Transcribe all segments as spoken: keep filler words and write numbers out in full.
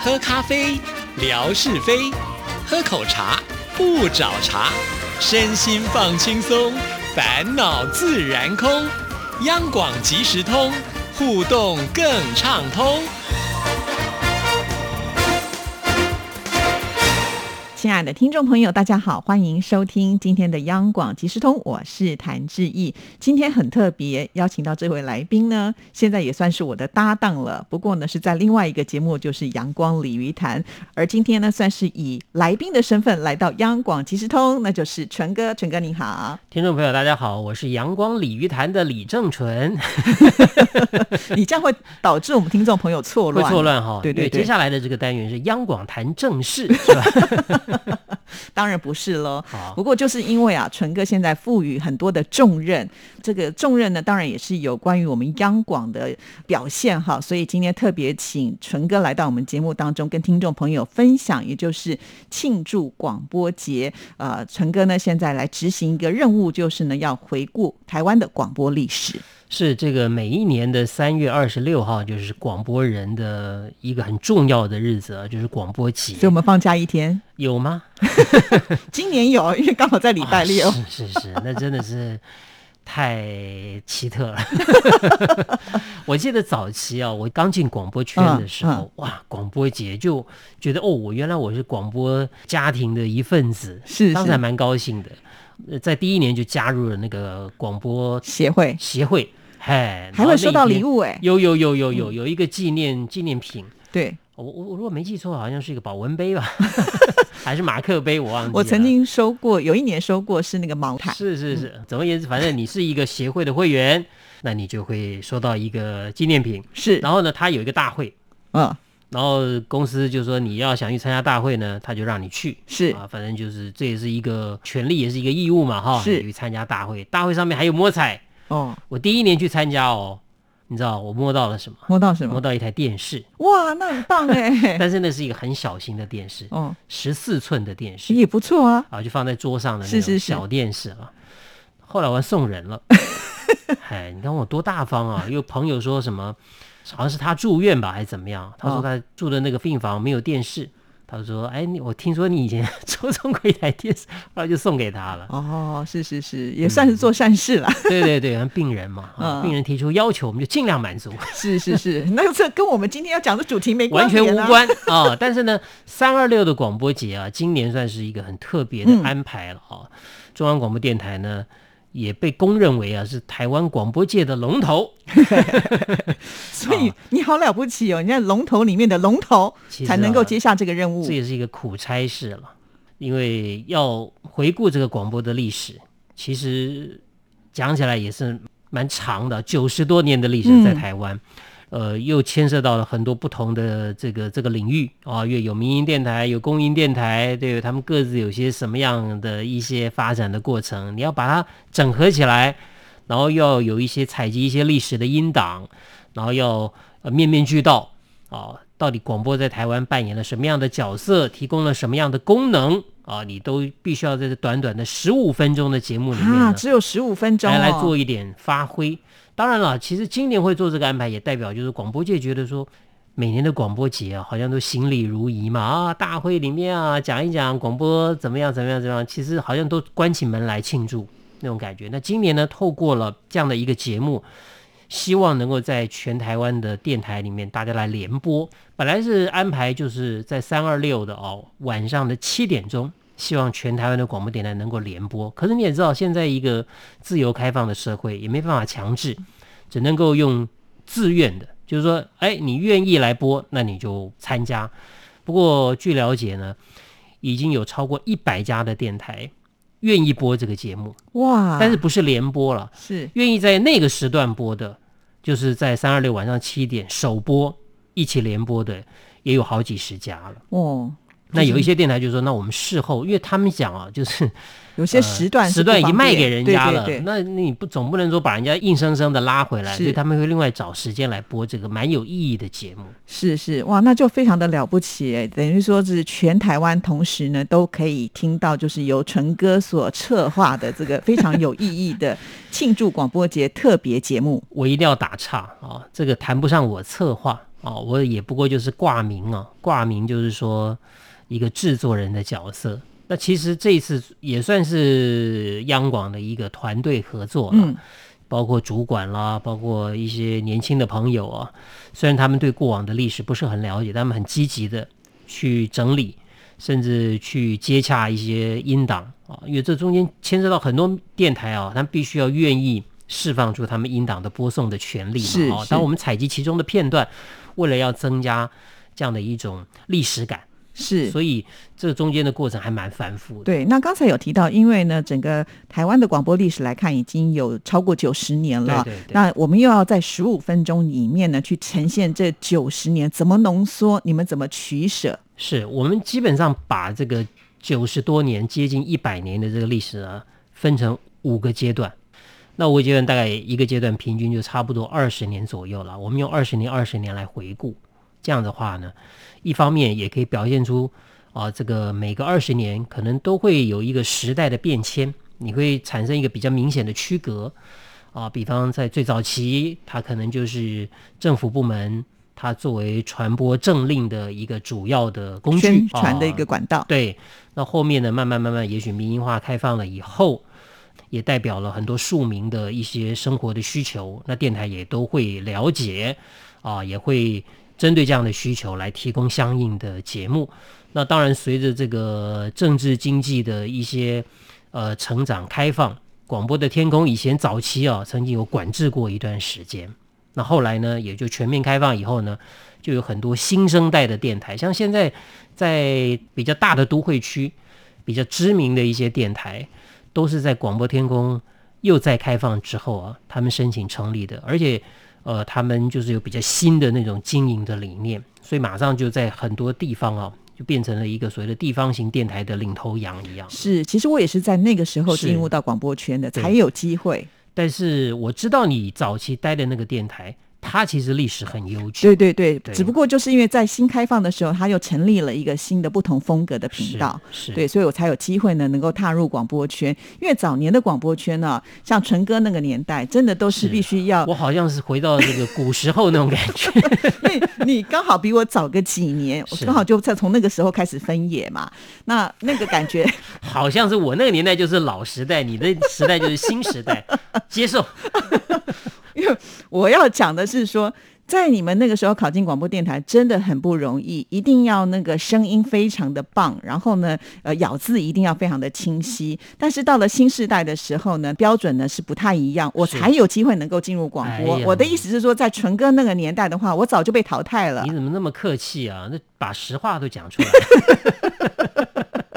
喝咖啡，聊是非；喝口茶，不找茬。身心放轻松，烦恼自然空。央广即时通，互动更畅通。 亲爱的听众朋友，大家好，欢迎收听今天的央广即时通，我是谭志毅。今天很特别，邀请到这位来宾呢，现在也算是我的搭档了，不过呢是在另外一个节目，就是阳光鲤鱼潭，而今天呢算是以来宾的身份来到央广即时通，那就是纯哥。纯哥您好。 听众朋友大家好，我是阳光鲤鱼潭的李正纯。 你这样会导致我们听众朋友错乱， 会错乱哈。 对对对， 接下来的这个单元是央广谈正事，是吧？ 当然不是咯，不过就是因为啊，纯哥现在赋予很多的重任，这个重任呢当然也是有关于我们央广的表现哈，所以今天特别请纯哥来到我们节目当中，跟听众朋友分享，也就是庆祝广播节。呃，纯哥呢现在来执行一个任务，就是呢要回顾台湾的广播历史。 是这个每一年的三月二十六号，就是广播人的一个很重要的日子啊，就是广播节。 所以我们放假一天， 有吗？ 今年有，因为刚好在礼拜六。 哦、是是是，那真的是太奇特了。我记得早期啊，我刚进广播圈的时候，嗯嗯、哇，广播节就觉得哦，我原来我是广播家庭的一份子， 是是当时还蛮高兴的。在第一年就加入了那个广播协会， 协会，哎， 还会收到礼物哎， 有有有有有有一个纪念纪念品， 对， 我我如果没记错，好像是一个保温杯吧，还是马克杯，我忘记了。 我曾经收过，有一年收过是那个茅台， 是是是，总而言之，反正你是一个协会的会员，那你就会收到一个纪念品， 是。 然后呢，他有一个大会， 嗯。 然后公司就说你要想去参加大会呢，他就让你去， 是啊，反正就是这也是一个权利，也是一个义务嘛，哈， 是你去参加大会，大会上面还有摸彩哦。 我第一年去参加哦，你知道我摸到了什么？ 摸到什么？ 摸到一台电视。 哇，那很棒哎！ 但是那是一个很小型的电视，哦，十四寸的电视也不错啊， 啊，就放在桌上的那种小电视了。是是是，后来我送人了，哎，你看我多大方啊！有朋友说什么？好像是他住院吧，还是怎么样？他说他住的那个病房没有电视，哦、他说：“哎，我听说你以前抽中过一台电视，后来就送给他了。” 哦，是是是，也算是做善事啦。 嗯、对对对，病人嘛、啊，病人提出要求，我们就尽量满足。 是是是，那这跟我们今天要讲的主题没关系、啊， 完全无关啊。但是呢，三二六的广播节啊，今年算是一个很特别的安排了啊。嗯、中央广播电台呢，也被公认为啊是台湾广播界的龙头。 所以你好了不起哦，你在龙头里面的龙头才能够接下这个任务、 啊、这也是一个苦差事了，因为要回顾这个广播的历史，其实讲起来也是蛮长的，九十多年的历史在台湾、嗯、呃，又牵涉到了很多不同的这个这个领域啊，因为有民营电台，有公营电台，对，他们各自有些什么样的一些发展的过程，你要把它整合起来，然后要有一些采集一些历史的音档，然后要、呃、面面俱到啊，到底广播在台湾扮演了什么样的角色，提供了什么样的功能啊，你都必须要在这短短的十五分钟的节目里面呢、 啊、只有十五分钟、哦、 来来做一点发挥。当然了，其实今年会做这个安排，也代表就是广播界觉得说，每年的广播节啊，好像都行礼如仪嘛，啊，大会里面啊讲一讲广播怎么样怎么样怎么样，其实好像都关起门来庆祝那种感觉。那今年呢，透过了这样的一个节目，希望能够在全台湾的电台里面大家来联播。本来是安排就是在三二六的哦晚上的七点钟，希望全台湾的广播电台能够联播。可是你也知道，现在一个自由开放的社会，也没办法强制，只能够用自愿的，就是说，哎，你愿意来播，那你就参加。不过据了解呢，已经有超过一百家的电台愿意播这个节目， 哇！ 但是不是联播了， 是愿意在那个时段播的，就是在三二六晚上七点首播一起联播的，也有好几十家了。 哦， 那有一些电台就说，那我们事后，因为他们讲啊，就是有些时段、呃、 时段已经卖给人家了， 对对对， 那你不总不能说把人家硬生生的拉回来，所以他们会另外找时间来播这个蛮有意义的节目。 是是，哇，那就非常的了不起哎，等于说是全台湾同时呢都可以听到，就是由纯哥所策划的这个非常有意义的庆祝广播节特别节目。 我一定要打岔啊，这个谈不上我策划啊，我也不过就是挂名啊，挂名就是说一个制作人的角色。那其实这一次也算是央广的一个团队合作了，嗯，包括主管啦，包括一些年轻的朋友啊，虽然他们对过往的历史不是很了解，他们很积极的去整理，甚至去接洽一些音档啊，因为这中间牵涉到很多电台啊，他们必须要愿意释放出他们音档的播送的权利嘛。 是， 哦，当我们采集其中的片段，为了要增加这样的一种历史感。 是， 所以这中间的过程还蛮繁复的。 对，那刚才有提到，因为呢，整个台湾的广播历史来看，已经有超过九十年了。 对对对。 那我们又要在十五分钟里面呢，去呈现这九十年，怎么浓缩？你们怎么取舍？ 是我们基本上把这个九十多年、接近一百年的这个历史啊，分成五个阶段。那五个阶段大概一个阶段平均就差不多二十年左右了。我们用二十年、二十年来回顾。这样的话呢，一方面也可以表现出啊，这个每个二十年可能都会有一个时代的变迁，你会产生一个比较明显的区隔啊。比方在最早期，它可能就是政府部门，它作为传播政令的一个主要的工具， 宣传的一个管道。 啊，对，那后面呢，慢慢慢慢，也许民营化开放了以后，也代表了很多庶民的一些生活的需求，那电台也都会了解啊，也会针对这样的需求来提供相应的节目。那当然随着这个政治经济的一些呃成长开放，广播的天空以前早期啊曾经有管制过一段时间，那后来呢也就全面开放以后呢，就有很多新生代的电台，像现在在比较大的都会区比较知名的一些电台，都是在广播天空又在开放之后啊，他们申请成立的，而且呃，他们就是有比较新的那种经营的理念，所以马上就在很多地方啊，就变成了一个所谓的地方型电台的领头羊一样。 是，其实我也是在那个时候进入到广播圈的，才有机会。 但是我知道你早期待的那个电台，它其实历史很悠久。 对对 对, 对，只不过就是因为在新开放的时候，它又成立了一个新的不同风格的频道， 是是对，所以我才有机会呢能够踏入广播圈。因为早年的广播圈呢、啊，像纯哥那个年代，真的都是必须要， 我好像是回到这个古时候那种感觉。 因为你刚好比我早个几年，我刚好就在从那个时候开始分野嘛，那那个感觉好像是我那个年代就是老时代，你的时代就是新时代，接受。 因为我要讲的是说，在你们那个时候考进广播电台真的很不容易，一定要那个声音非常的棒，然后呢呃咬字一定要非常的清晰。但是到了新世代的时候呢，标准呢是不太一样，我才有机会能够进入广播、哎、我的意思是说，在纯哥那个年代的话，我早就被淘汰了。 你怎么那么客气啊，那把实话都讲出来了。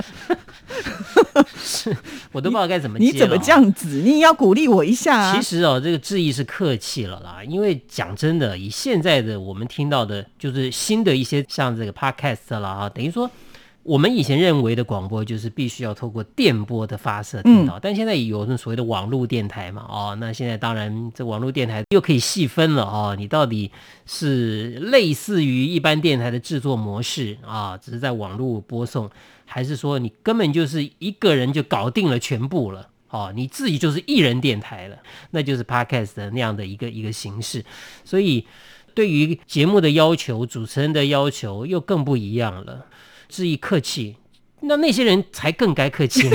是，我都不知道该怎么接了。 你怎么这样子？你也要鼓励我一下啊！ 其实哦，这个致意是客气了啦，因为讲真的，以现在的我们听到的，就是新的一些像这个 podcast 啦啊，等于说我们以前认为的广播就是必须要透过电波的发射听到，嗯、但现在有那所谓的网络电台嘛，哦，那现在当然这网络电台又可以细分了哦，你到底是类似于一般电台的制作模式啊，只是在网络播送。还是说你根本就是一个人就搞定了全部了哦，你自己就是一人电台了，那就是 podcast 的那样的一个一个形式。所以对于节目的要求，主持人的要求又更不一样了。致意客气，那那些人才更该客气。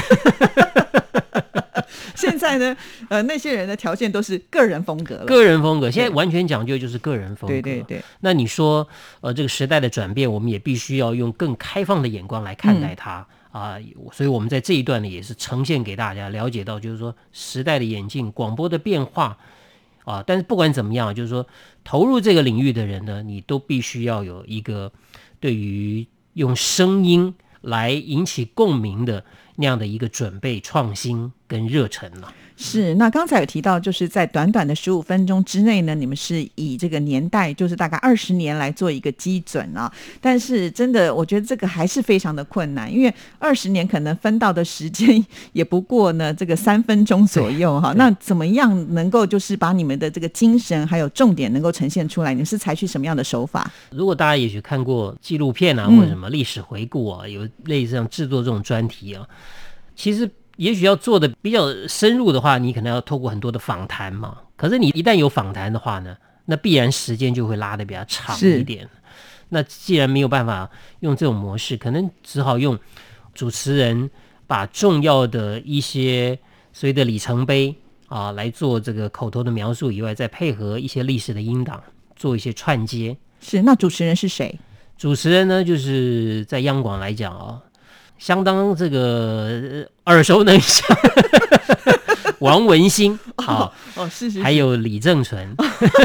现在呢，呃，那些人的条件都是个人风格了， 个人风格现在完全讲究就是个人风格。 对对对。 那你说，呃，这个时代的转变，我们也必须要用更开放的眼光来看待它啊、嗯呃。所以我们在这一段呢，也是呈现给大家了解到，就是说时代的演进、广播的变化啊、呃。但是不管怎么样，就是说投入这个领域的人呢，你都必须要有一个对于用声音来引起共鸣的那样的一个准备、创新跟热忱了。 是，那刚才有提到，就是在短短的十五分钟之内呢，你们是以这个年代，就是大概二十年来做一个基准啊。但是真的，我觉得这个还是非常的困难，因为二十年可能分到的时间也不过呢这个三分钟左右哈。那怎么样能够就是把你们的这个精神还有重点能够呈现出来？你们是采取什么样的手法？ 如果大家也许看过纪录片啊，或者什么历史回顾啊，有类似像制作这种专题啊，其实也许要做的比较深入的话，你可能要透过很多的访谈嘛。可是你一旦有访谈的话呢， 那必然时间就会拉得比较长一点。那既然没有办法用这种模式，可能只好用主持人把重要的一些所谓的里程碑啊来做这个口头的描述以外，再配合一些历史的音档做一些串接。 是，那主持人是谁？ 主持人呢，就是在央广来讲啊，相当这个耳熟能详，王文兴啊， 哦哦，是是是， 还有李正淳。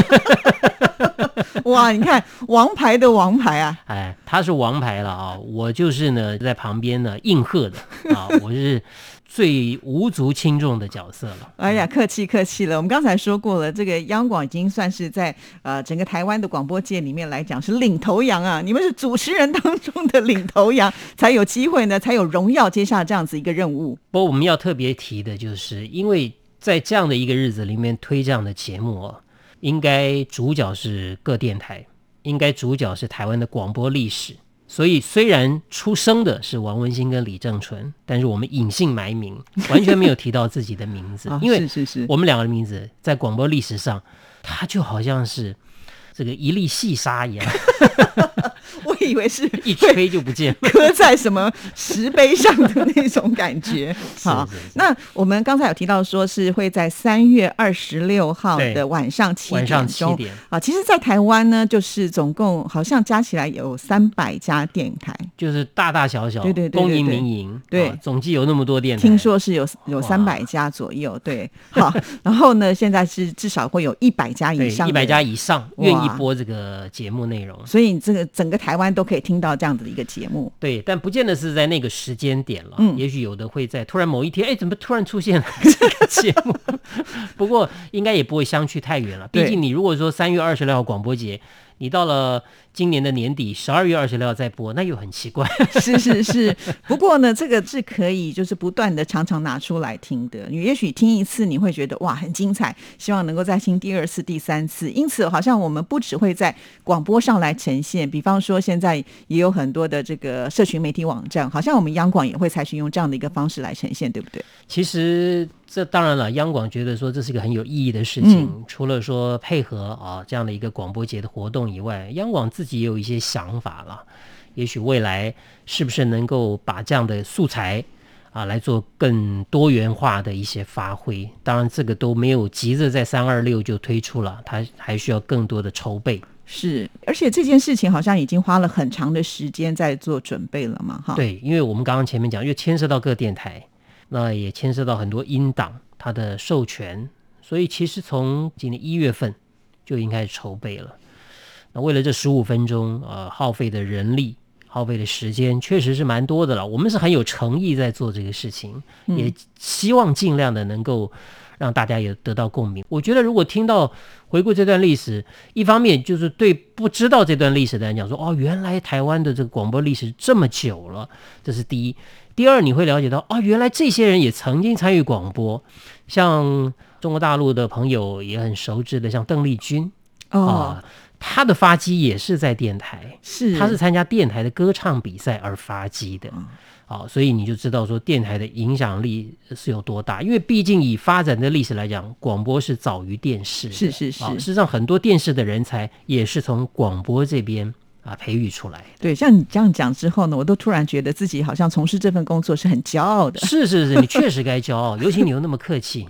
哇，你看王牌的王牌啊！ 哎，他是王牌了啊，我就是呢在旁边呢应和的啊，我是最无足轻重的角色了。 哎呀，客气客气了。我们刚才说过了，这个央广已经算是在呃整个台湾的广播界里面来讲是领头羊啊，你们是主持人当中的领头羊，才有机会呢，才有荣耀接下这样子一个任务。 不过我们要特别提的就是，因为在这样的一个日子里面推这样的节目哦，应该主角是各电台，应该主角是台湾的广播历史。所以虽然出生的是王文兴跟李正淳，但是我们隐姓埋名，完全没有提到自己的名字。 哦、 因为是是是， 我们两个的名字在广播历史上，它就好像是这个一粒细沙一样。 我以为是一吹就不见了， 刻在什么石碑上的那种感觉。好，是是是，那我们刚才有提到说是会在三月二十六号的晚上七点钟，晚上七点啊。其实，在台湾呢，就是总共好像加起来有三百家电台，就是大大小小， 对对对， 公营民营， 对、 啊，总计有那么多电台， 听说是有有三百家左右，对。好，然后呢，现在是至少会有一百家以上， 一百家以上愿意播这个节目内容， 所以这个整个台湾都可以听到这样子的一个节目。 对，但不见得是在那个时间点了，嗯，也许有的会在突然某一天，哎，怎么突然出现了这个节目？不过应该也不会相去太远了，毕竟你如果说三月二十六号广播节，你到了今年的年底十二月二十六号再播，那又很奇怪。 是是是，不过呢，这个是可以就是不断的常常拿出来听的。你也许听一次你会觉得哇很精彩，希望能够再听第二次第三次。因此好像我们不只会在广播上来呈现，比方说现在也有很多的这个社群媒体网站，好像我们央广也会采取用这样的一个方式来呈现，对不对？ 其实这当然了，央广觉得说这是一个很有意义的事情，嗯、除了说配合啊这样的一个广播节的活动以外，央广自己也有一些想法了。也许未来是不是能够把这样的素材啊来做更多元化的一些发挥？当然，这个都没有急着在三二六就推出了，它还需要更多的筹备。 是，而且这件事情好像已经花了很长的时间在做准备了嘛，哈。 对，因为我们刚刚前面讲，因为牵涉到各电台。那也牵涉到很多音档它的授权，所以其实从今年一月份就应该筹备了。那为了这十五分钟呃，耗费的人力耗费的时间确实是蛮多的了，我们是很有诚意在做这个事情，嗯、也希望尽量的能够让大家也得到共鸣。我觉得如果听到回顾这段历史，一方面就是对不知道这段历史的人讲说，哦，原来台湾的这个广播历史这么久了，这是第一。第二，你会了解到哦，原来这些人也曾经参与广播，像中国大陆的朋友也很熟知的，像邓丽君哦、 啊，他的发迹也是在电台， 是他是参加电台的歌唱比赛而发迹的。嗯好，所以你就知道说电台的影响力是有多大，因为毕竟以发展的历史来讲，广播是早于电视的， 是是是。 事实上，很多电视的人才也是从广播这边啊培育出来的。 对，像你这样讲之后呢，我都突然觉得自己好像从事这份工作是很骄傲的。 是是是，你确实该骄傲，尤其你又那么客气。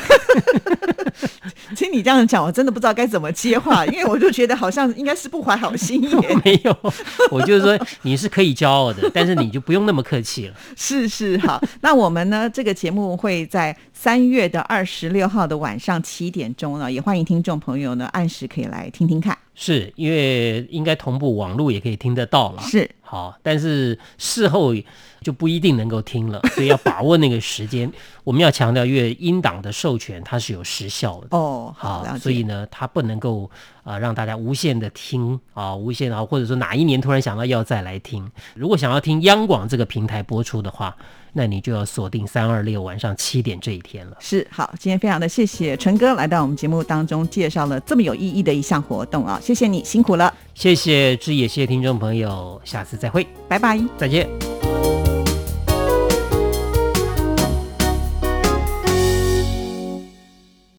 听你这样讲，我真的不知道该怎么接话，因为我就觉得好像应该是不怀好心耶。 没有，我就是说你是可以骄傲的，但是你就不用那么客气了。 是是，好，那我们呢这个节目会在三月的二十六号的晚上七点钟呢，也欢迎听众朋友呢按时可以来听听看。 是因为应该同步网络也可以听得到了， 是好，但是事后就不一定能够听了，所以要把握那个时间。我们要强调，因为音档的授权它是有时效的哦，好， 所以呢，它不能够啊、呃、让大家无限的听啊，无限啊，或者说哪一年突然想到要再来听。如果想要听央广这个平台播出的话，那你就要锁定三二六晚上七点这一天了。 是，好，今天非常的谢谢淳哥来到我们节目当中，介绍了这么有意义的一项活动啊，谢谢你，辛苦了。 谢谢志野，谢谢听众朋友，下次再会， 拜拜， 再见。